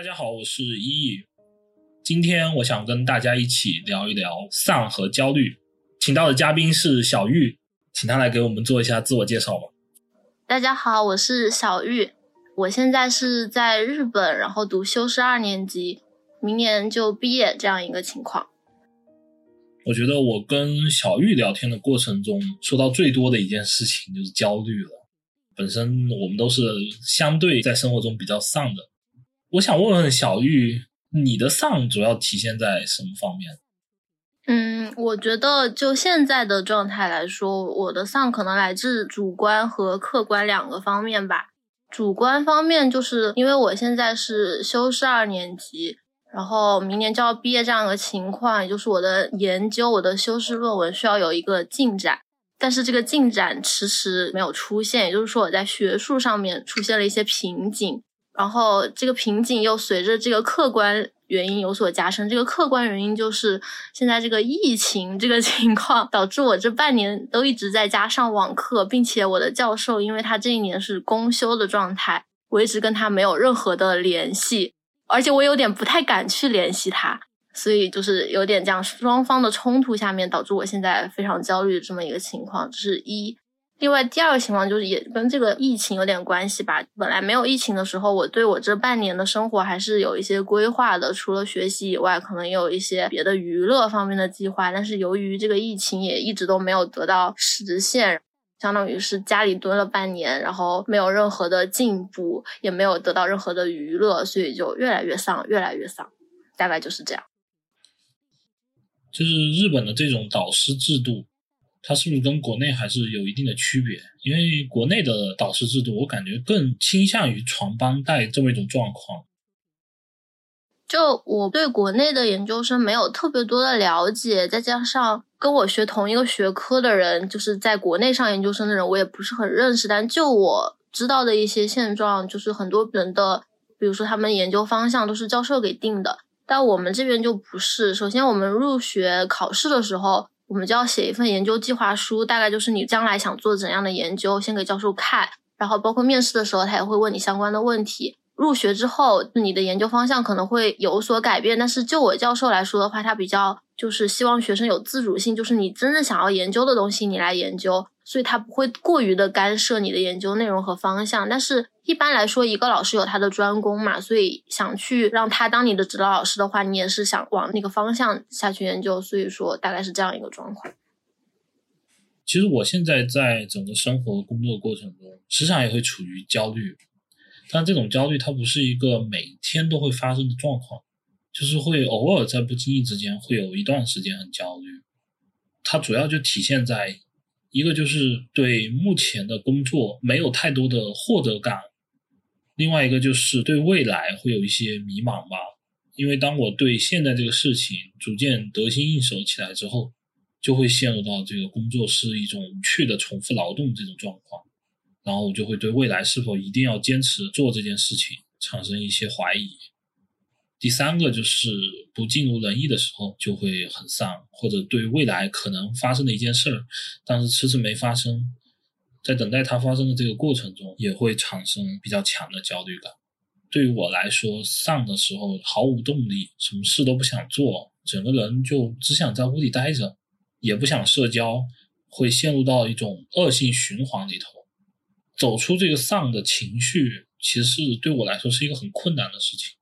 家好，我是一亿。今天我想跟大家一起聊一聊丧和焦虑。请到的嘉宾是小玉，请他来给我们做一下自我介绍吧。 大家好，我是小玉，我现在是在日本，然后读修士2年级，明年就毕业这样一个情况。 我觉得我跟小玉聊天的过程中，说到最多的一件事情就是焦虑了。本身我们都是相对在生活中比较丧的。我想问问小玉，你的丧主要体现在什么方面？ 我觉得就现在的状态来说，我的丧可能来自主观和客观两个方面吧。主观方面就是因为我现在是修士2年级，然后明年就要毕业这样一个情况，也就是我的研究，我的修士论文需要有一个进展，但是这个进展迟迟没有出现，也就是说我在学术上面出现了一些瓶颈，然后这个瓶颈又随着这个客观原因有所加深。这个客观原因就是现在这个疫情这个情况导致我这半年都一直在家上网课，并且我的教授因为他这一年是公休的状态，我一直跟他没有任何的联系，而且我有点不太敢去联系他，所以就是有点这样双方的冲突下面导致我现在非常焦虑的这么一个情况，这是一。另外第二个情况就是也跟这个疫情有点关系吧。本来没有疫情的时候，我对我这半年的生活还是有一些规划的，除了学习以外可能也有一些别的娱乐方面的计划，但是由于这个疫情也一直都没有得到实现，相当于是家里蹲了半年，然后没有任何的进步，也没有得到任何的娱乐，所以就越来越丧，大概就是这样。 就是日本的这种导师制度，它是不是跟国内还是有一定的区别？因为国内的导师制度我感觉更倾向于传帮带这么一种状况。 就我对国内的研究生没有特别多的了解，再加上跟我学同一个学科的人，就是在国内上研究生的人我也不是很认识，但就我知道的一些现状，就是很多人的比如说他们研究方向都是教授给定的，但我们这边就不是。首先我们入学考试的时候，我们就要写一份研究计划书，大概就是你将来想做怎样的研究先给教授看，然后包括面试的时候他也会问你相关的问题。入学之后你的研究方向可能会有所改变，但是就我教授来说的话，他比较就是希望学生有自主性，就是你真正想要研究的东西你来研究，所以他不会过于的干涉你的研究内容和方向。但是一般来说一个老师有他的专攻嘛，所以想去让他当你的指导老师的话，你也是想往那个方向下去研究，所以说大概是这样一个状况。 其实我现在在整个生活工作过程中时常也会处于焦虑，但这种焦虑它不是一个每天都会发生的状况，就是会偶尔在不经意之间会有一段时间很焦虑。它主要就体现在一个就是对目前的工作没有太多的获得感，另外一个就是对未来会有一些迷茫吧。因为当我对现在这个事情逐渐得心应手起来之后，就会陷入到这个工作是一种无趣的重复劳动这种状况，然后我就会对未来是否一定要坚持做这件事情产生一些怀疑。第三个就是不尽如人意的时候就会很丧，或者对未来可能发生的一件事儿，但是迟迟没发生，在等待它发生的这个过程中也会产生比较强的焦虑感。对于我来说，丧的时候毫无动力，什么事都不想做，整个人就只想在屋里待着，也不想社交，会陷入到一种恶性循环里头。走出这个丧的情绪其实是对我来说是一个很困难的事情。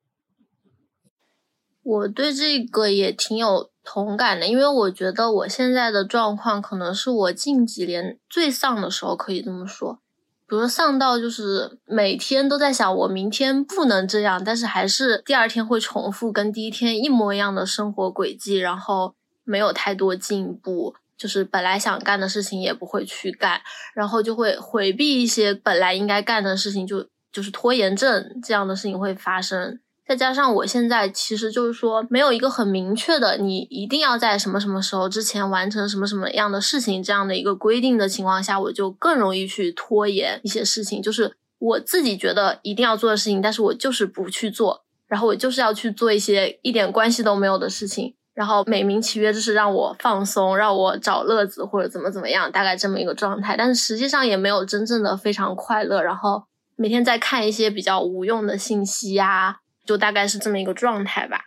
我对这个也挺有同感的，因为我觉得我现在的状况可能是我近几年最丧的时候，可以这么说。比如说丧到就是每天都在想我明天不能这样，但是还是第二天会重复跟第一天一模一样的生活轨迹，然后没有太多进步，就是本来想干的事情也不会去干，然后就会回避一些本来应该干的事情，就是拖延症这样的事情会发生。再加上我现在其实就是说没有一个很明确的你一定要在什么什么时候之前完成什么什么样的事情这样的一个规定的情况下，我就更容易去拖延一些事情，就是我自己觉得一定要做的事情，但是我就是不去做，然后我就是要去做一些一点关系都没有的事情，然后美名其曰就是让我放松，让我找乐子或者怎么样，大概这么一个状态，但是实际上也没有真正的非常快乐，然后每天在看一些比较无用的信息啊， 就大概是这么一个状态吧。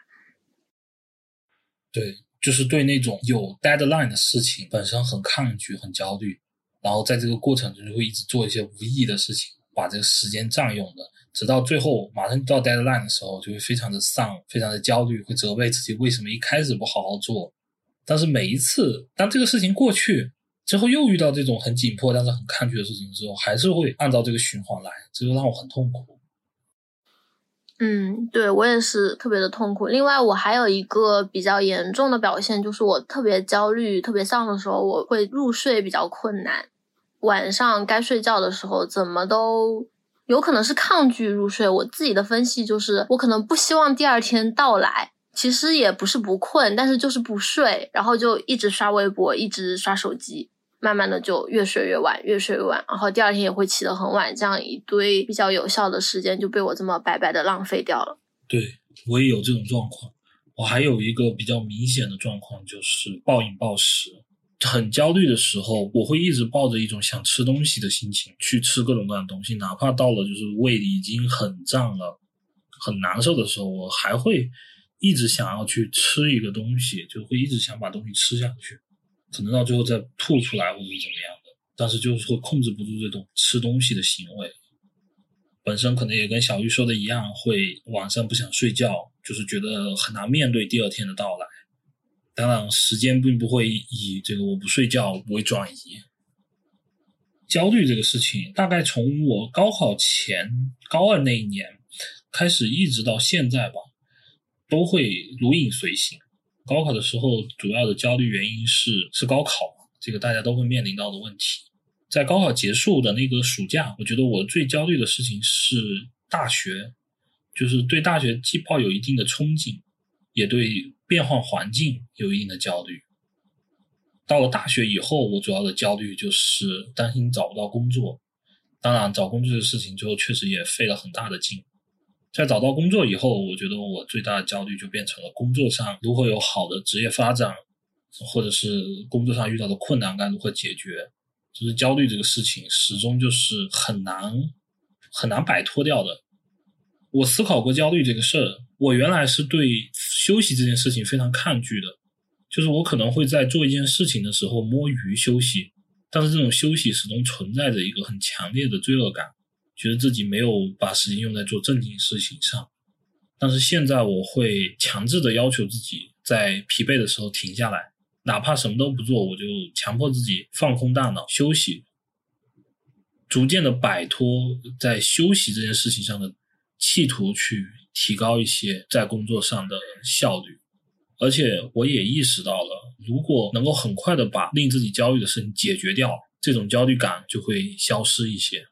对，就是对那种有 deadline 的事情本身很抗拒很焦虑，然后在这个过程中就会一直做一些无意义的事情，把这个时间占用的，直到最后马上到 deadline 的时候就会非常的丧，非常的焦虑，会责备自己为什么一开始不好好做。但是每一次当这个事情过去之后，又遇到这种很紧迫但是很抗拒的事情之后，还是会按照这个循环来，这就让我很痛苦。 对，我也是特别的痛苦。另外我还有一个比较严重的表现，就是我特别焦虑特别丧的时候，我会入睡比较困难，晚上该睡觉的时候怎么都有可能是抗拒入睡。我自己的分析就是我可能不希望第二天到来，其实也不是不困，但是就是不睡，然后就一直刷微博，一直刷手机，慢慢的就越睡越晚，越睡越晚，然后第二天也会起得很晚，这样一堆比较有效的时间就被我这么白白的浪费掉了。 对，我也有这种状况。我还有一个比较明显的状况，就是暴饮暴食。很焦虑的时候，我会一直抱着一种想吃东西的心情去吃各种各样的东西，哪怕到了就是胃里已经很胀了很难受的时候，我还会一直想要去吃一个东西，就会一直想把东西吃下去，可能到最后再吐出来或者怎么样的，但是就是会控制不住这种吃东西的行为。本身可能也跟小玉说的一样，会晚上不想睡觉，就是觉得很难面对第二天的到来。当然时间并不会以这个我不睡觉为转移。焦虑这个事情大概从我高考前高二那一年开始一直到现在吧，都会如影随形。高考的时候主要的焦虑原因是高考，这个大家都会面临到的问题。在高考结束的那个暑假，我觉得我最焦虑的事情是大学，就是对大学既抱有一定的憧憬，也对变换环境有一定的焦虑。到了大学以后，我主要的焦虑就是担心找不到工作。当然找工作的事情之后确实也费了很大的劲。在找到工作以后，我觉得我最大的焦虑就变成了工作上如何有好的职业发展，或者是工作上遇到的困难该如何解决。就是焦虑这个事情始终就是很难摆脱掉的。我思考过焦虑这个事儿，我原来是对休息这件事情非常抗拒的，就是我可能会在做一件事情的时候摸鱼休息，但是这种休息始终存在着一个很强烈的罪恶感，觉得自己没有把时间用在做正经事情上。但是现在我会强制的要求自己在疲惫的时候停下来，哪怕什么都不做，我就强迫自己放空大脑休息，逐渐的摆脱在休息这件事情上的企图，去提高一些在工作上的效率。而且我也意识到了，如果能够很快的把令自己焦虑的事情解决掉，这种焦虑感就会消失一些。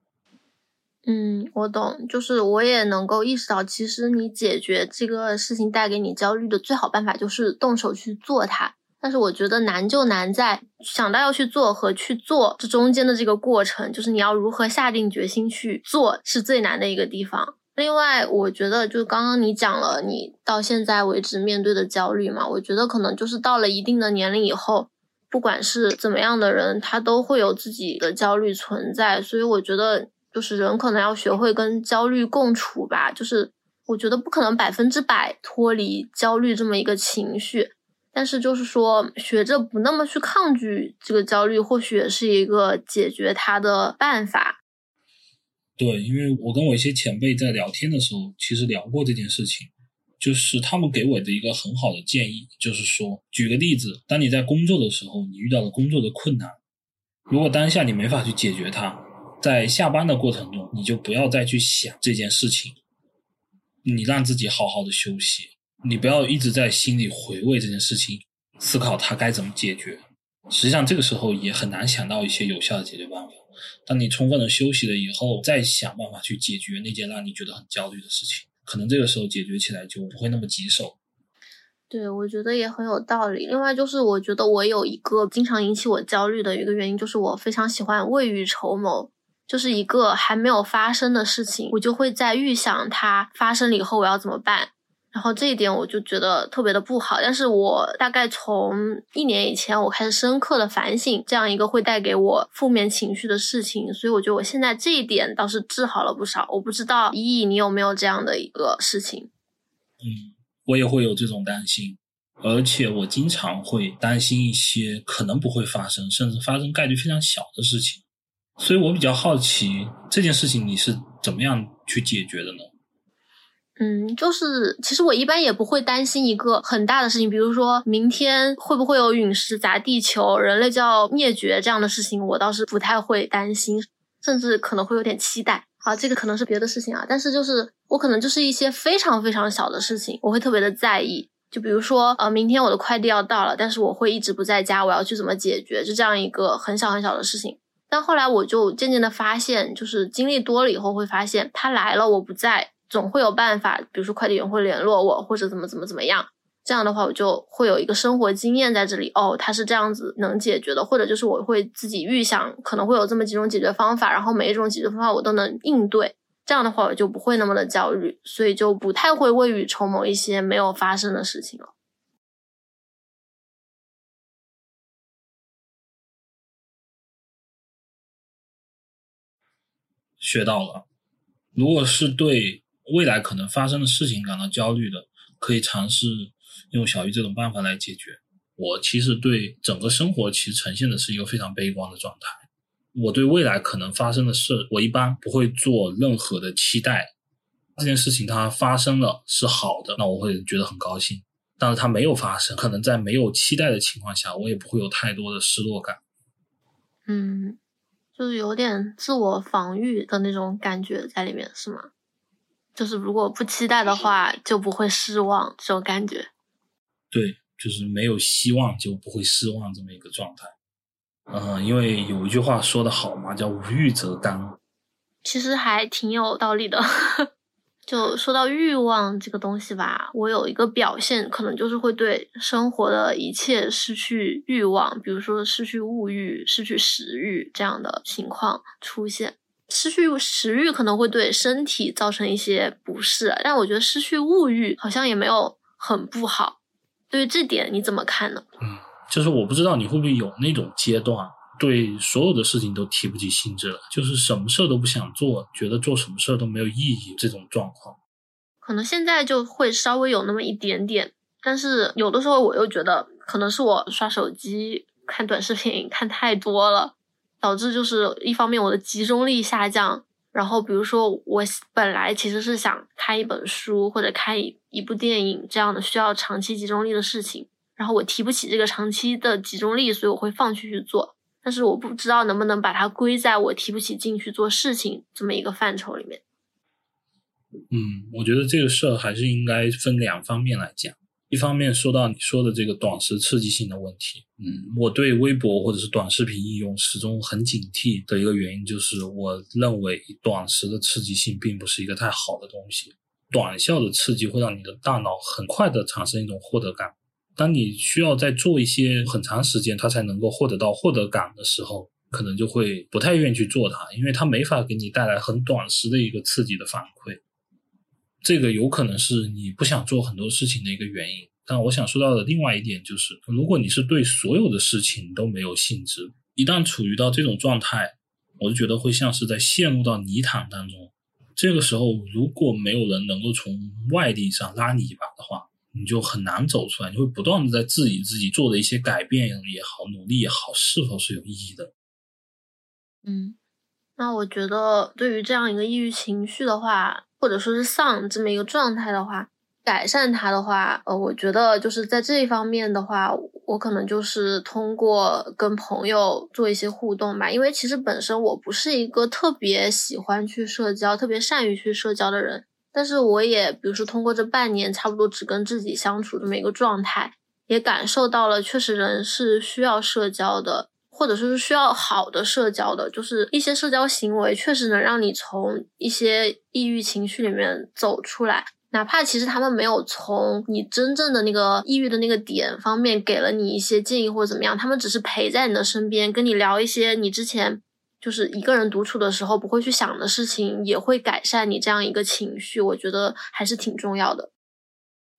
我懂，就是我也能够意识到，其实你解决这个事情带给你焦虑的最好办法就是动手去做它。但是我觉得难就难在想到要去做和去做这中间的这个过程，就是你要如何下定决心去做是最难的一个地方。另外我觉得就刚刚你讲了你到现在为止面对的焦虑嘛，我觉得可能就是到了一定的年龄以后，不管是怎么样的人他都会有自己的焦虑存在，所以我觉得就是人可能要学会跟焦虑共处吧，就是我觉得不可能100%脱离焦虑这么一个情绪，但是就是说学着不那么去抗拒这个焦虑，或许也是一个解决它的办法。 对，因为我跟我一些前辈在聊天的时候其实聊过这件事情，就是他们给我的一个很好的建议，就是说举个例子，当你在工作的时候，你遇到了工作的困难，如果当下你没法去解决它，在下班的过程中你就不要再去想这件事情，你让自己好好的休息，你不要一直在心里回味这件事情，思考它该怎么解决。实际上这个时候也很难想到一些有效的解决办法，当你充分的休息了以后，再想办法去解决那件让你觉得很焦虑的事情，可能这个时候解决起来就不会那么棘手。 对，我觉得也很有道理。另外就是我觉得我有一个经常引起我焦虑的一个原因，就是我非常喜欢未雨绸缪，就是一个还没有发生的事情，我就会在预想它发生了以后我要怎么办。 然后这一点我就觉得特别的不好，但是我大概从1年以前我开始深刻的反省这样一个会带给我负面情绪的事情，所以我觉得我现在这一点倒是治好了不少。我不知道依依你有没有这样的一个事情？ 我也会有这种担心，而且我经常会担心一些可能不会发生，甚至发生概率非常小的事情。所以我比较好奇这件事情你是怎么样去解决的呢？ 就是其实我一般也不会担心一个很大的事情，比如说明天会不会有陨石砸地球，人类就要灭绝这样的事情，我倒是不太会担心，甚至可能会有点期待。好，这个可能是别的事情啊，但是就是我可能就是一些非常非常小的事情，我会特别的在意。就比如说明天我的快递要到了，但是我会一直不在家，我要去怎么解决，就这样一个很小很小的事情。但后来我就渐渐的发现，就是经历多了以后会发现，他来了我不在，总会有办法，比如说快递员会联络我，或者怎么样。这样的话我就会有一个生活经验在这里，它是这样子能解决的，或者就是我会自己预想可能会有这么几种解决方法，然后每一种解决方法我都能应对，这样的话我就不会那么的焦虑，所以就不太会未雨绸缪一些没有发生的事情了。 学到了，如果是对未来可能发生的事情感到焦虑的，可以尝试用小玉这种办法来解决。我其实对整个生活其实呈现的是一个非常悲观的状态，我对未来可能发生的事，我一般不会做任何的期待。这件事情它发生了是好的，那我会觉得很高兴，但是它没有发生，可能在没有期待的情况下，我也不会有太多的失落感。 就是有点自我防御的那种感觉在里面，是吗？就是如果不期待的话就不会失望，这种感觉。 对，就是没有希望就不会失望这么一个状态。因为有一句话说得好嘛，叫无欲则刚。 其实还挺有道理的。就说到欲望这个东西吧，我有一个表现可能就是会对生活的一切失去欲望，比如说失去物欲、失去食欲这样的情况出现。失去食欲可能会对身体造成一些不适，但我觉得失去物欲好像也没有很不好。对于这点你怎么看呢？ 就是我不知道你会不会有那种阶段，对所有的事情都提不起兴致了，就是什么事都不想做，觉得做什么事都没有意义，这种状况。 可能现在就会稍微有那么一点点，但是有的时候我又觉得可能是我刷手机看短视频看太多了，导致就是一方面我的集中力下降，然后比如说我本来其实是想看一本书或者看一部电影这样的需要长期集中力的事情，然后我提不起这个长期的集中力，所以我会放弃去做，但是我不知道能不能把它归在我提不起劲去做事情这么一个范畴里面。 我觉得这个事儿还是应该分两方面来讲。一方面说到你说的这个短时刺激性的问题，我对微博或者是短视频应用始终很警惕的一个原因，就是我认为短时的刺激性并不是一个太好的东西。短效的刺激会让你的大脑很快的产生一种获得感，当你需要在做一些很长时间它才能够获得到获得感的时候，可能就会不太愿意去做它，因为它没法给你带来很短时的一个刺激的反馈。这个有可能是你不想做很多事情的一个原因。但我想说到的另外一点就是，如果你是对所有的事情都没有兴致，一旦处于到这种状态，我就觉得会像是在陷入到泥潭当中。这个时候如果没有人能够从外力上拉你一把的话，你就很难走出来，你会不断的在质疑自己做的一些改变也好，努力也好，是否是有意义的。 那我觉得对于这样一个抑郁情绪的话，或者说是丧这么一个状态的话，改善它的话，我觉得就是在这一方面的话，我可能就是通过跟朋友做一些互动吧，因为其实本身我不是一个特别喜欢去社交、特别善于去社交的人，但是我也比如说通过这半年差不多只跟自己相处这么一个状态，也感受到了确实人是需要社交的，或者说是需要好的社交的，就是一些社交行为确实能让你从一些抑郁情绪里面走出来，哪怕其实他们没有从你真正的那个抑郁的那个点方面给了你一些建议或者怎么样，他们只是陪在你的身边，跟你聊一些你之前就是一个人独处的时候不会去想的事情，也会改善你这样一个情绪，我觉得还是挺重要的。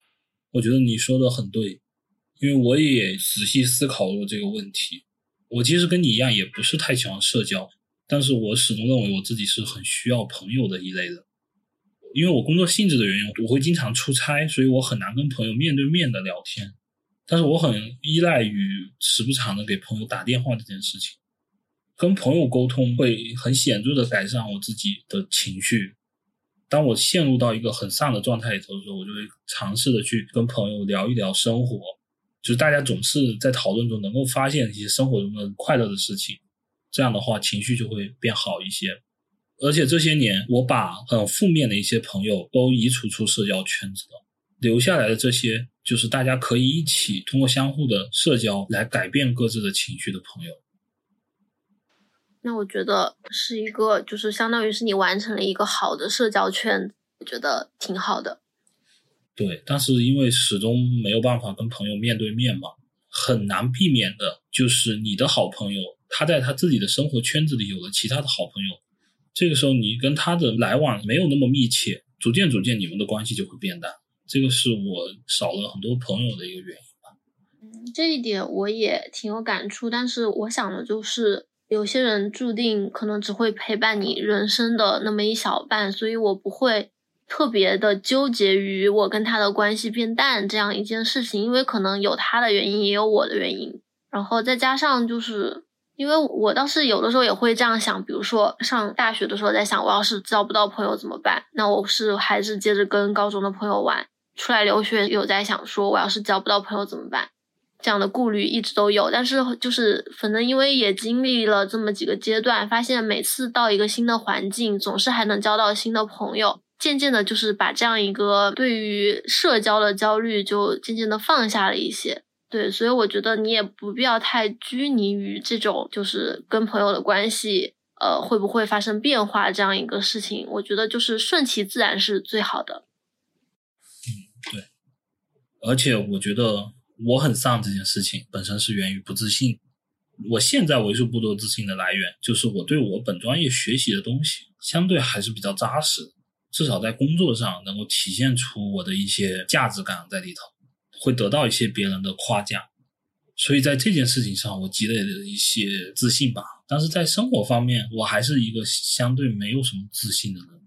我觉得你说的很对，因为我也仔细思考过这个问题。我其实跟你一样也不是太喜欢社交，但是我始终认为我自己是很需要朋友的一类人。因为我工作性质的原因，我会经常出差，所以我很难跟朋友面对面的聊天。但是我很依赖于时不常的给朋友打电话这件事情。跟朋友沟通会很显著的改善我自己的情绪。当我陷入到一个很丧的状态里头的时候，我就会尝试的去跟朋友聊一聊生活，就是大家总是在讨论中能够发现一些生活中的快乐的事情，这样的话情绪就会变好一些。而且这些年我把很负面的一些朋友都移除出社交圈子了，留下来的这些就是大家可以一起通过相互的社交来改变各自的情绪的朋友。 那我觉得是一个就是相当于是你完成了一个好的社交圈，我觉得挺好的。 对，但是因为始终没有办法跟朋友面对面嘛，很难避免的就是你的好朋友他在他自己的生活圈子里有了其他的好朋友，这个时候你跟他的来往没有那么密切，逐渐你们的关系就会变淡，这个是我少了很多朋友的一个原因吧。 这一点我也挺有感触，但是我想的就是有些人注定可能只会陪伴你人生的那么一小半，所以我不会特别的纠结于我跟他的关系变淡这样一件事情，因为可能有他的原因也有我的原因，然后再加上就是因为我倒是有的时候也会这样想，比如说上大学的时候在想我要是交不到朋友怎么办，那我还是接着跟高中的朋友玩，出来留学有在想说我要是交不到朋友怎么办，这样的顾虑一直都有。但是就是反正因为也经历了这么几个阶段，发现每次到一个新的环境总是还能交到新的朋友，渐渐的就是把这样一个对于社交的焦虑就渐渐的放下了一些。对，所以我觉得你也不必要太拘泥于这种就是跟朋友的关系会不会发生变化这样一个事情，我觉得就是顺其自然是最好的。 对，而且我觉得我很丧这件事情本身是源于不自信。我现在为数不多自信的来源就是我对我本专业学习的东西相对还是比较扎实，至少在工作上能够体现出我的一些价值感在里头，会得到一些别人的夸奖，所以在这件事情上我积累了一些自信吧。但是在生活方面我还是一个相对没有什么自信的人。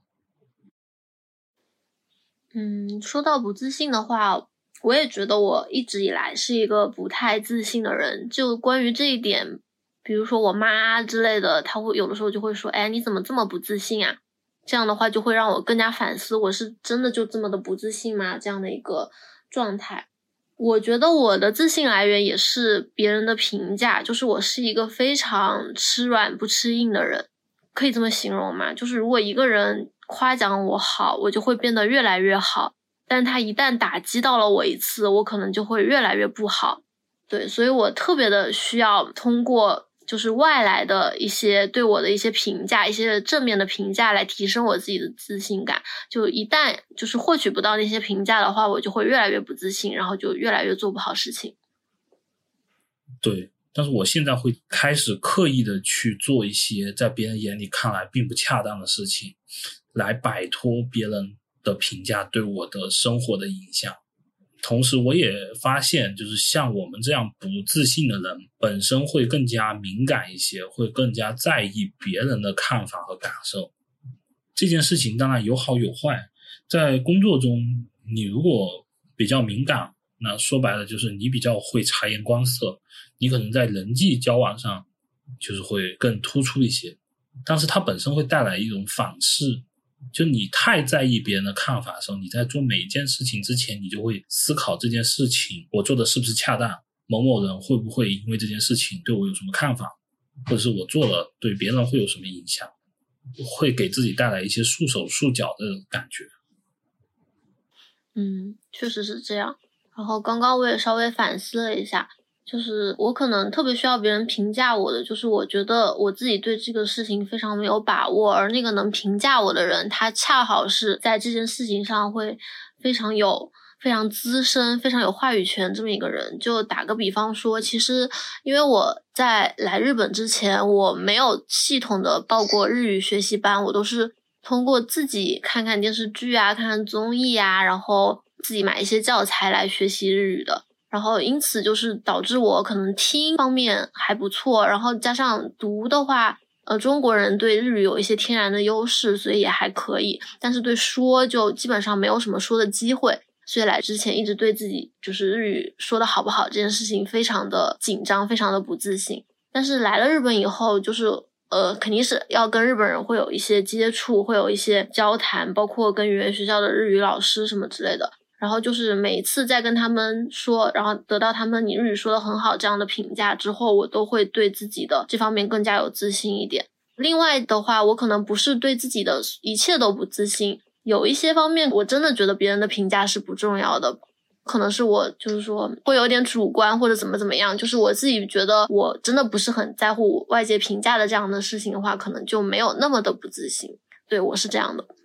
说到不自信的话，我也觉得我一直以来是一个不太自信的人。就关于这一点，比如说我妈之类的，她会有的时候就会说，哎，你怎么这么不自信啊？这样的话就会让我更加反思，我是真的就这么的不自信吗？这样的一个状态。我觉得我的自信来源也是别人的评价，就是我是一个非常吃软不吃硬的人，可以这么形容吗？就是如果一个人夸奖我好，我就会变得越来越好，但他一旦打击到了我一次，我可能就会越来越不好。对，所以我特别的需要通过就是外来的一些对我的一些评价，一些正面的评价来提升我自己的自信感。就一旦就是获取不到那些评价的话，我就会越来越不自信，然后就越来越做不好事情。 对，但是我现在会开始刻意的去做一些在别人眼里看来并不恰当的事情，来摆脱别人的评价对我的生活的影响。同时我也发现就是像我们这样不自信的人本身会更加敏感一些，会更加在意别人的看法和感受。这件事情当然有好有坏，在工作中你如果比较敏感，那说白了就是你比较会察言观色，你可能在人际交往上就是会更突出一些。但是它本身会带来一种反噬，就你太在意别人的看法的时候，你在做每一件事情之前你就会思考这件事情我做的是不是恰当，某某人会不会因为这件事情对我有什么看法，或者是我做了对别人会有什么影响，会给自己带来一些束手束脚的感觉。 确实是这样。然后刚刚我也稍微反思了一下，就是我可能特别需要别人评价我的，就是我觉得我自己对这个事情非常没有把握，而那个能评价我的人，他恰好是在这件事情上会非常资深、非常有话语权这么一个人。就打个比方说，其实因为我在来日本之前，我没有系统的报过日语学习班，我都是通过自己看看电视剧啊，看看综艺啊，然后自己买一些教材来学习日语的。然后因此就是导致我可能听方面还不错，然后加上读的话中国人对日语有一些天然的优势，所以也还可以，但是对说就基本上没有什么说的机会，所以来之前一直对自己就是日语说的好不好这件事情非常的紧张，非常的不自信。但是来了日本以后就是肯定是要跟日本人会有一些接触，会有一些交谈，包括跟语言学校的日语老师什么之类的，然后就是每一次在跟他们说，然后得到他们你日语说的很好这样的评价之后，我都会对自己的这方面更加有自信一点。另外的话，我可能不是对自己的一切都不自信，有一些方面我真的觉得别人的评价是不重要的，可能是我就是说会有点主观或者怎么样，就是我自己觉得我真的不是很在乎外界评价的这样的事情的话，可能就没有那么的不自信。对，我是这样的。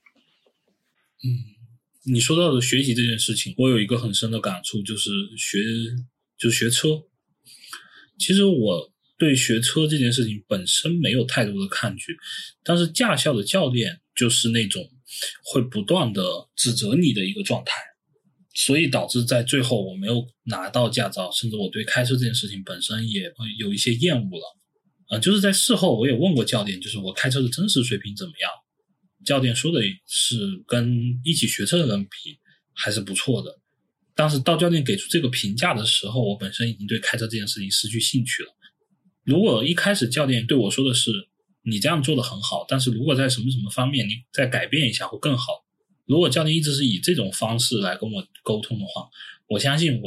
你说到的学习这件事情，我有一个很深的感触，就是学车。其实我对学车这件事情本身没有太多的抗拒，但是驾校的教练就是那种会不断的指责你的一个状态，所以导致在最后我没有拿到驾照，甚至我对开车这件事情本身也有一些厌恶了。就是在事后我也问过教练，就是我开车的真实水平怎么样，教练说的是跟一起学车的人比还是不错的。当时到教练给出这个评价的时候，我本身已经对开车这件事情失去兴趣了。如果一开始教练对我说的是你这样做的很好，但是如果在什么什么方面你再改变一下会更好，如果教练一直是以这种方式来跟我沟通的话，我相信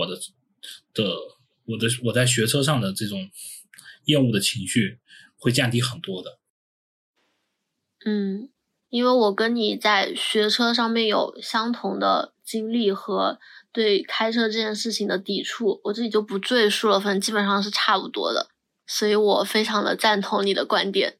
我在学车上的这种厌恶的情绪会降低很多的。 因为我跟你在学车上面有相同的经历和对开车这件事情的抵触，我自己就不赘述了，反正基本上是差不多的，所以我非常的赞同你的观点。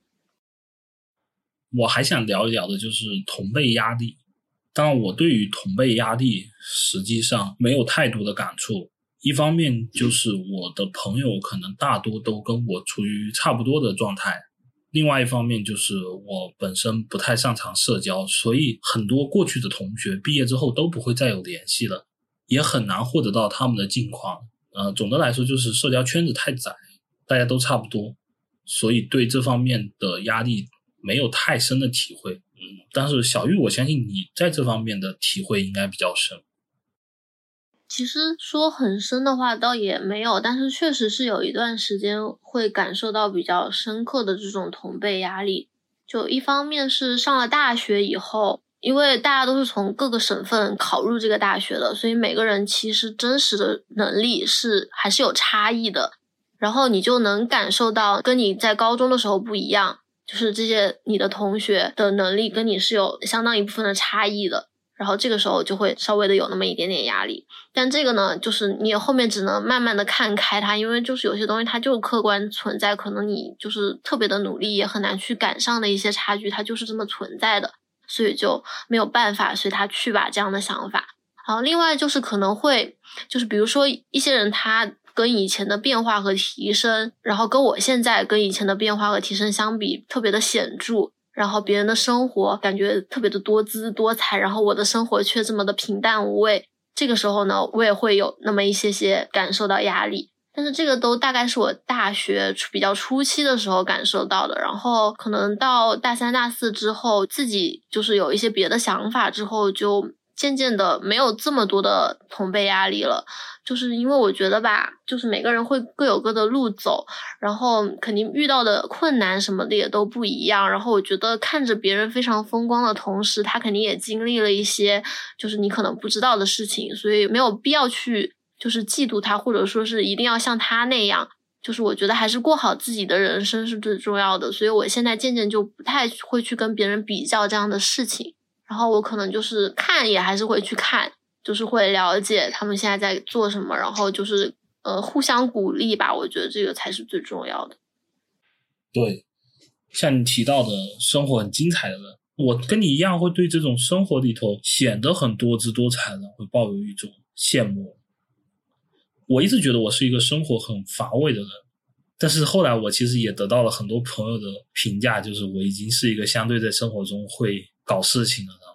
我还想聊一聊的就是同辈压力。当然我对于同辈压力实际上没有太多的感触，一方面就是我的朋友可能大多都跟我处于差不多的状态，另外一方面就是我本身不太擅长社交，所以很多过去的同学毕业之后都不会再有联系了，也很难获得到他们的近况。总的来说就是社交圈子太窄，大家都差不多，所以对这方面的压力没有太深的体会。但是小玉，我相信你在这方面的体会应该比较深。 其实说很深的话倒也没有，但是确实是有一段时间会感受到比较深刻的这种同辈压力。就一方面是上了大学以后，因为大家都是从各个省份考入这个大学的，所以每个人其实真实的能力还是有差异的，然后你就能感受到跟你在高中的时候不一样，就是这些你的同学的能力跟你是有相当一部分的差异的，然后这个时候就会稍微的有那么一点点压力。但这个呢，就是你后面只能慢慢的看开它，因为就是有些东西它就客观存在，可能你就是特别的努力也很难去赶上的一些差距，它就是这么存在的，所以就没有办法随它去吧，这样的想法。然后另外就是可能会就是比如说一些人他跟以前的变化和提升，然后跟我现在跟以前的变化和提升相比特别的显著，然后别人的生活感觉特别的多姿多彩，然后我的生活却这么的平淡无味，这个时候呢我也会有那么一些感受到压力。但是这个都大概是我大学比较初期的时候感受到的，然后可能到大三大四之后自己就是有一些别的想法之后，就渐渐的没有这么多的同辈压力了。就是因为我觉得吧，就是每个人会各有各的路走，然后肯定遇到的困难什么的也都不一样，然后我觉得看着别人非常风光的同时，他肯定也经历了一些就是你可能不知道的事情，所以没有必要去就是嫉妒他，或者说是一定要像他那样，就是我觉得还是过好自己的人生是最重要的。所以我现在渐渐就不太会去跟别人比较这样的事情，然后我可能就是看也还是会去看，就是会了解他们现在在做什么，然后就是互相鼓励吧，我觉得这个才是最重要的。 对，像你提到的生活很精彩的人，我跟你一样会对这种生活里头显得很多姿多彩的人会抱有一种羡慕。我一直觉得我是一个生活很乏味的人，但是后来我其实也得到了很多朋友的评价，就是我已经是一个相对在生活中会搞事情的人了。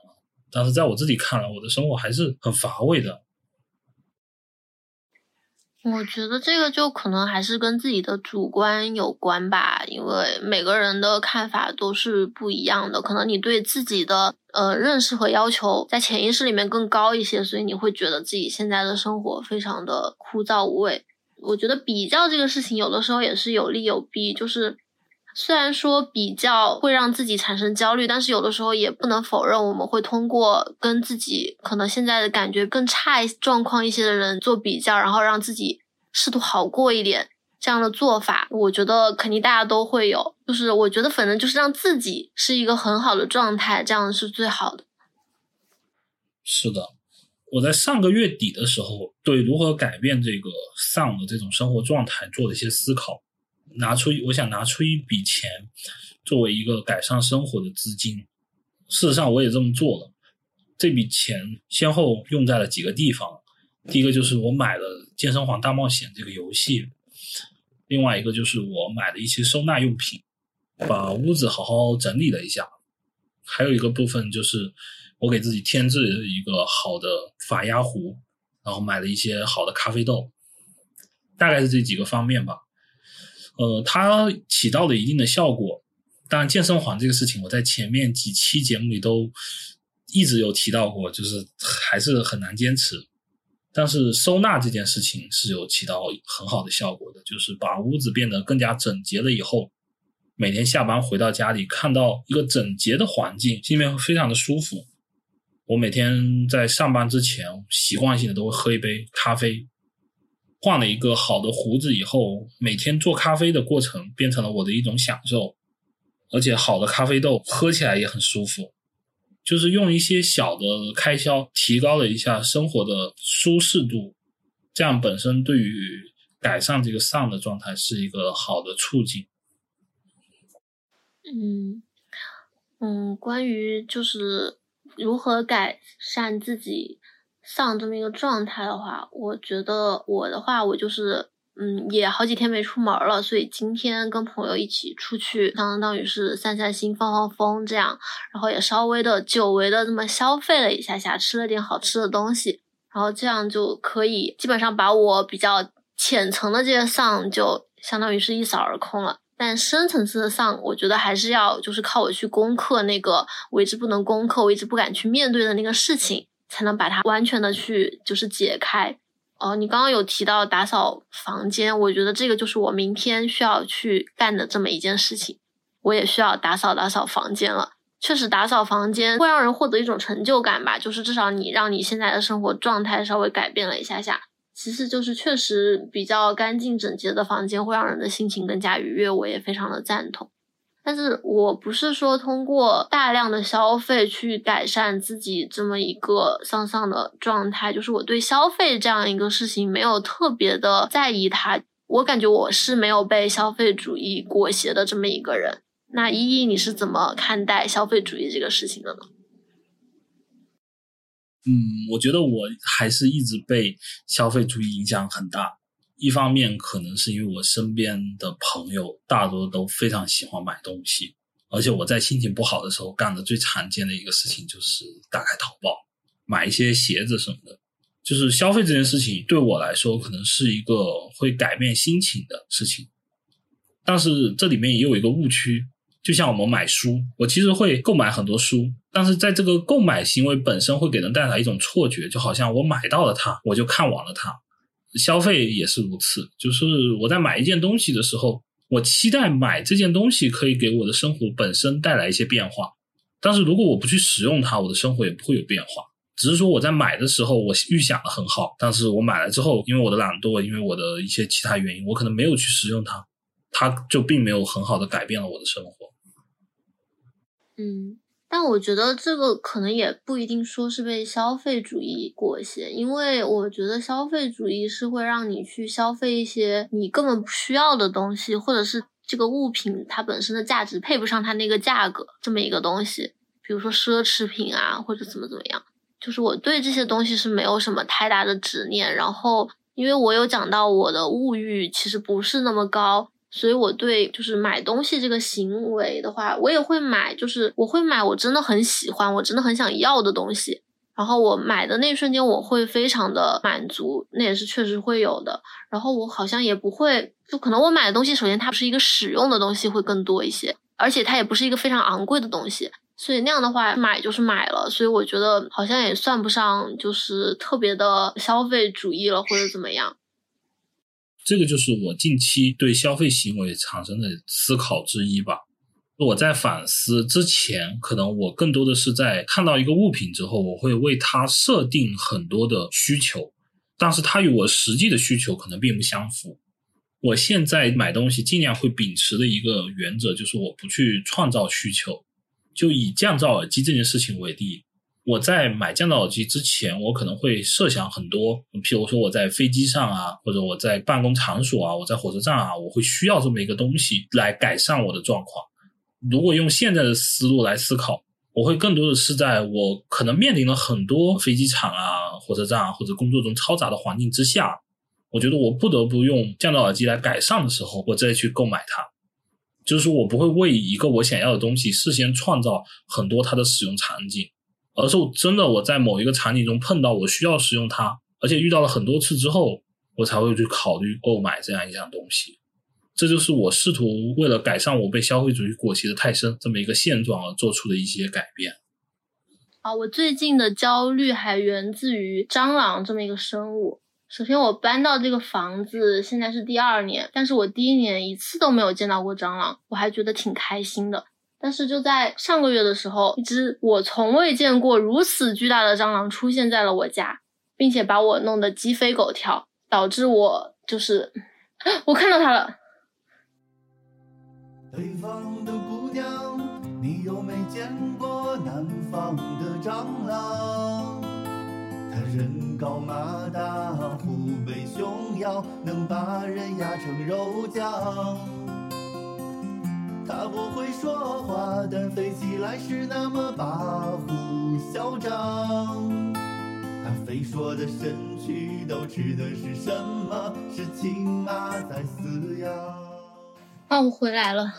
但是在我自己看来，我的生活还是很乏味的。 我觉得这个就可能还是跟自己的主观有关吧，因为每个人的看法都是不一样的，可能你对自己的认识和要求在潜意识里面更高一些，所以你会觉得自己现在的生活非常的枯燥无味。我觉得比较这个事情有的时候也是有利有弊，就是虽然说比较会让自己产生焦虑，但是有的时候也不能否认我们会通过跟自己可能现在的感觉更差状况一些的人做比较，然后让自己试图好过一点，这样的做法我觉得肯定大家都会有，就是我觉得反正就是让自己是一个很好的状态，这样是最好的。 是的，我在上个月底的时候对如何改变这个丧的这种生活状态做了一些思考，我想拿出一笔钱作为一个改善生活的资金。事实上我也这么做了，这笔钱先后用在了几个地方。第一个就是我买了健身环大冒险这个游戏，另外一个就是我买了一些收纳用品，把屋子好好整理了一下，还有一个部分就是我给自己添置了一个好的法压壶，然后买了一些好的咖啡豆，大概是这几个方面吧。它起到了一定的效果。当然健身环这个事情我在前面几期节目里都一直有提到过，就是还是很难坚持。但是收纳这件事情是有起到很好的效果的，就是把屋子变得更加整洁了以后，每天下班回到家里看到一个整洁的环境，心里面会非常的舒服。我每天在上班之前习惯性的都会喝一杯咖啡，换了一个好的壶子以后，每天做咖啡的过程变成了我的一种享受，而且好的咖啡豆喝起来也很舒服。就是用一些小的开销提高了一下生活的舒适度，这样本身对于改善这个丧的状态是一个好的促进。 关于就是如何改善自己丧这么一个状态的话，我觉得我的话，我就是也好几天没出门了，所以今天跟朋友一起出去，相当于是散散心、放放风这样，然后也稍微的久违的这么消费了一下下，吃了点好吃的东西，然后这样就可以基本上把我比较浅层的这些丧就相当于是一扫而空了。但深层次的丧，我觉得还是要就是靠我去攻克那个我一直不能攻克、我一直不敢去面对的那个事情，才能把它完全的去就是解开。你刚刚有提到打扫房间，我觉得这个就是我明天需要去干的这么一件事情，我也需要打扫房间了。确实打扫房间会让人获得一种成就感吧，就是至少你让你现在的生活状态稍微改变了一下下。其次就是确实比较干净整洁的房间会让人的心情更加愉悦，我也非常的赞同。但是我不是说通过大量的消费去改善自己这么一个丧的状态，就是我对消费这样一个事情没有特别的在意它，我感觉我是没有被消费主义裹挟的这么一个人。那依依你是怎么看待消费主义这个事情的呢？ 我觉得我还是一直被消费主义影响很大。一方面可能是因为我身边的朋友大多都非常喜欢买东西，而且我在心情不好的时候干的最常见的一个事情就是打开淘宝买一些鞋子什么的。就是消费这件事情对我来说可能是一个会改变心情的事情，但是这里面也有一个误区，就像我们买书，我其实会购买很多书，但是在这个购买行为本身会给人带来一种错觉，就好像我买到了它我就看完了它。消费也是如此，就是我在买一件东西的时候，我期待买这件东西可以给我的生活本身带来一些变化，但是如果我不去使用它，我的生活也不会有变化。只是说我在买的时候我预想的很好，但是我买了之后，因为我的懒惰，因为我的一些其他原因，我可能没有去使用它，它就并没有很好的改变了我的生活。 但我觉得这个可能也不一定说是被消费主义裹挟，因为我觉得消费主义是会让你去消费一些你根本不需要的东西，或者是这个物品它本身的价值配不上它那个价格这么一个东西，比如说奢侈品啊，或者怎么样。就是我对这些东西是没有什么太大的执念，然后因为我有讲到我的物欲其实不是那么高， 所以我对就是买东西这个行为的话，我也会买，就是我会买我真的很喜欢，我真的很想要的东西。然后我买的那一瞬间我会非常的满足，那也是确实会有的。然后我好像也不会，就可能我买的东西首先它不是一个实用的东西会更多一些，而且它也不是一个非常昂贵的东西，所以那样的话买就是买了。所以我觉得好像也算不上就是特别的消费主义了或者怎么样。 这个就是我近期对消费行为产生的思考之一吧。我在反思之前，可能我更多的是在看到一个物品之后，我会为它设定很多的需求，但是它与我实际的需求可能并不相符。我现在买东西尽量会秉持的一个原则，就是我不去创造需求。就以降噪耳机这件事情为例，我在买降噪耳机之前，我可能会设想很多，譬如说我在飞机上啊，或者我在办公场所啊，我在火车站啊，我会需要这么一个东西来改善我的状况。如果用现在的思路来思考，我会更多的是在我可能面临了很多飞机场啊、火车站啊或者工作中嘈杂的环境之下，我觉得我不得不用降噪耳机来改善的时候，我再去购买它。就是说我不会为一个我想要的东西事先创造很多它的使用场景，而是真的我在某一个场景中碰到我需要使用它，而且遇到了很多次之后，我才会去考虑购买这样一样东西。这就是我试图为了改善我被消费主义裹挟的太深这么一个现状而做出的一些改变。 我最近的焦虑还源自于蟑螂这么一个生物。首先我搬到这个房子现在是第2年，但是我第1年一次都没有见到过蟑螂，我还觉得挺开心的。但是就在上个月的时候，一只我从未见过如此巨大的蟑螂出现在了我家，并且把我弄得鸡飞狗跳，导致我就是我看到它了。 北方的姑娘，你有没见过南方的蟑螂？它人高马大，虎背熊腰，能把人压成肉酱。它不会说话，但飞起来是那么跋扈嚣张。它飞说的身躯都吃的是什么？是青蛙在饲养。 我回来了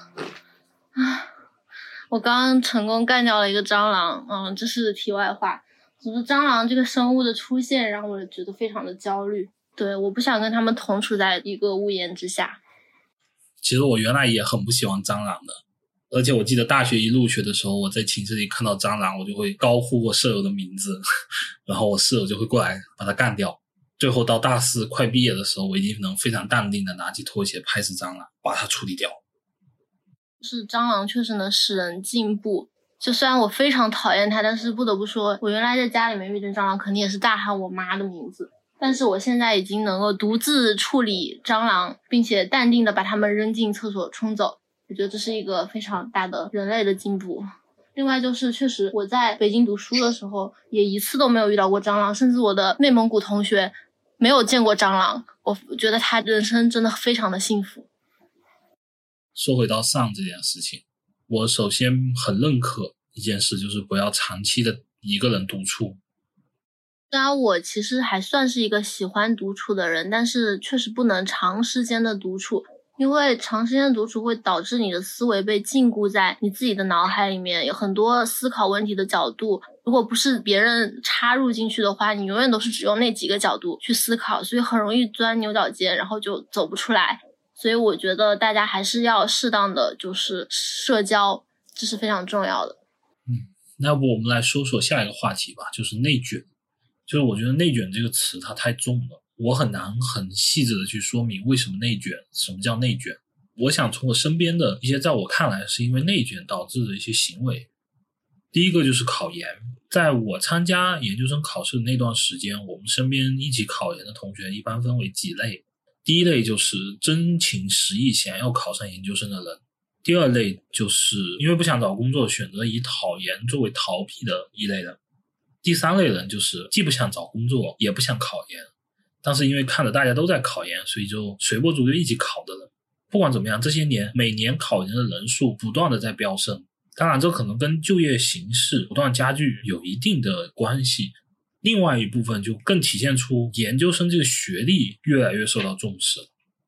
我刚刚成功干掉了一个蟑螂。这是题外话。总之蟑螂这个生物的出现让我觉得非常的焦虑，对，我不想跟他们同处在一个屋檐之下。 其实我原来也很不喜欢蟑螂的，而且我记得大学一入学的时候，我在寝室里看到蟑螂，我就会高呼我舍友的名字，然后我舍友就会过来把它干掉。最后到大4快毕业的时候，我已经能非常淡定的拿起拖鞋拍死蟑螂，把它处理掉。 是蟑螂确实能使人进步，就虽然我非常讨厌它，但是不得不说，我原来在家里面遇见蟑螂肯定也是大喊我妈的名字，但是我现在已经能够独自处理蟑螂，并且淡定的把它们扔进厕所冲走。我觉得这是一个非常大的人类的进步。另外就是确实我在北京读书的时候也一次都没有遇到过蟑螂，甚至我的内蒙古同学没有见过蟑螂，我觉得他人生真的非常的幸福。 说回到上这件事情，我首先很认可一件事，就是不要长期的一个人独处。 虽然我其实还算是一个喜欢独处的人，但是确实不能长时间的独处，因为长时间的独处会导致你的思维被禁锢在你自己的脑海里面，有很多思考问题的角度，如果不是别人插入进去的话，你永远都是只用那几个角度去思考，所以很容易钻牛角尖，然后就走不出来。所以我觉得大家还是要适当的就是社交，这是非常重要的。 那要不我们来说说下一个话题吧，就是内卷。就是我觉得内卷这个词它太重了，我很难很细致的去说明为什么内卷，什么叫内卷。我想从我身边的一些在我看来是因为内卷导致的一些行为。第一个就是考研，在我参加研究生考试的那段时间，我们身边一起考研的同学一般分为几类。第一类就是真情实意想要考上研究生的人，第二类就是因为不想找工作选择以考研作为逃避的一类人，第三类人就是既不想找工作也不想考研，但是因为看着大家都在考研，所以就随波逐流一起考的人。不管怎么样，这些年每年考研的人数不断的在飙升，当然这可能跟就业形势不断加剧有一定的关系。另外一部分就更体现出研究生这个学历越来越受到重视。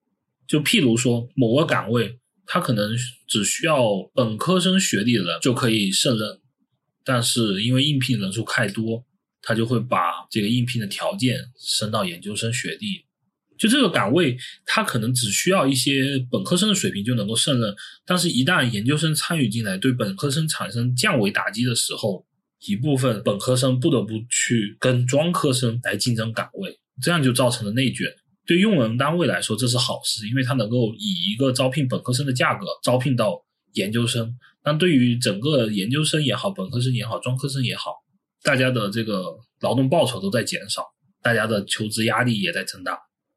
就譬如说某个岗位他可能只需要本科生学历的人就可以胜任，但是因为应聘人数太多，他就会把这个应聘的条件升到研究生学历。就这个岗位他可能只需要一些本科生的水平就能够胜任，但是一旦研究生参与进来，对本科生产生降维打击的时候，一部分本科生不得不去跟专科生来竞争岗位，这样就造成了内卷。对用人单位来说这是好事，因为他能够以一个招聘本科生的价格招聘到研究生，但对于整个研究生也好，本科生也好，专科生也好，大家的这个劳动报酬都在减少，大家的求职压力也在增大。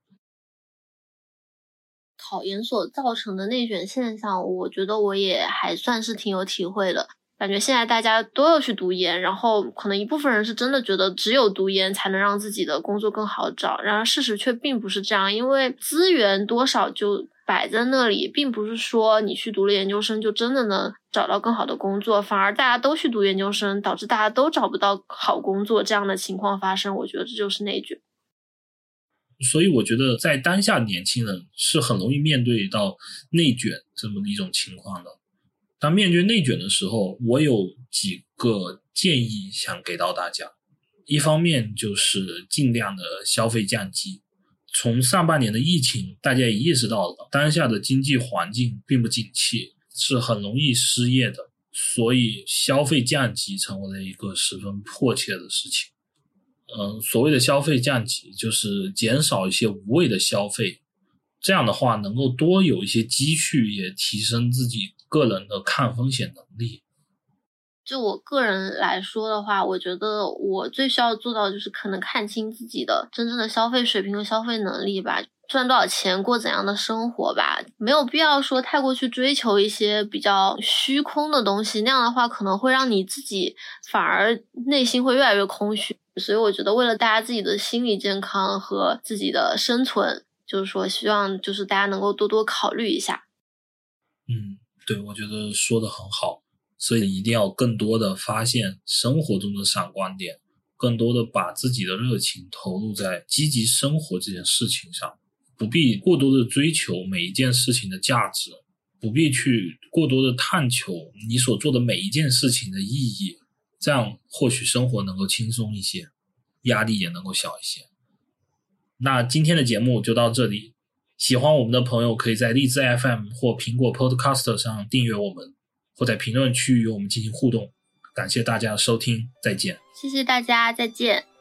考研所造成的内卷现象，我觉得我也还算是挺有体会的。感觉现在大家都要去读研，然后可能一部分人是真的觉得只有读研才能让自己的工作更好找，然而事实却并不是这样，因为资源多少就摆在那里，并不是说你去读了研究生就真的能找到更好的工作，反而大家都去读研究生，导致大家都找不到好工作，这样的情况发生，我觉得这就是内卷。 所以我觉得在当下年轻人是很容易面对到内卷这么一种情况的。当面对内卷的时候，我有几个建议想给到大家。一方面就是尽量的消费降级。从上半年的疫情，大家也意识到了当下的经济环境并不景气，是很容易失业的，所以消费降级成为了一个十分迫切的事情。所谓的消费降级就是减少一些无谓的消费，这样的话能够多有一些积蓄，也提升自己个人的抗风险能力。 就我个人来说的话，我觉得我最需要做到就是可能看清自己的真正的消费水平和消费能力吧，赚多少钱过怎样的生活吧，没有必要说太过去追求一些比较虚空的东西，那样的话可能会让你自己反而内心会越来越空虚。所以我觉得为了大家自己的心理健康和自己的生存，就是说希望就是大家能够多多考虑一下。 对，我觉得说得很好。所以一定要更多的发现生活中的闪光点，更多的把自己的热情投入在积极生活这件事情上，不必过多的追求每一件事情的价值，不必去过多的探求你所做的每一件事情的意义，这样或许生活能够轻松一些，压力也能够小一些。那今天的节目就到这里，喜欢我们的朋友可以在荔枝 FM 或苹果 Podcast 上订阅我们，或在评论区与我们进行互动。感谢大家的收听，再见。 谢谢大家，再见。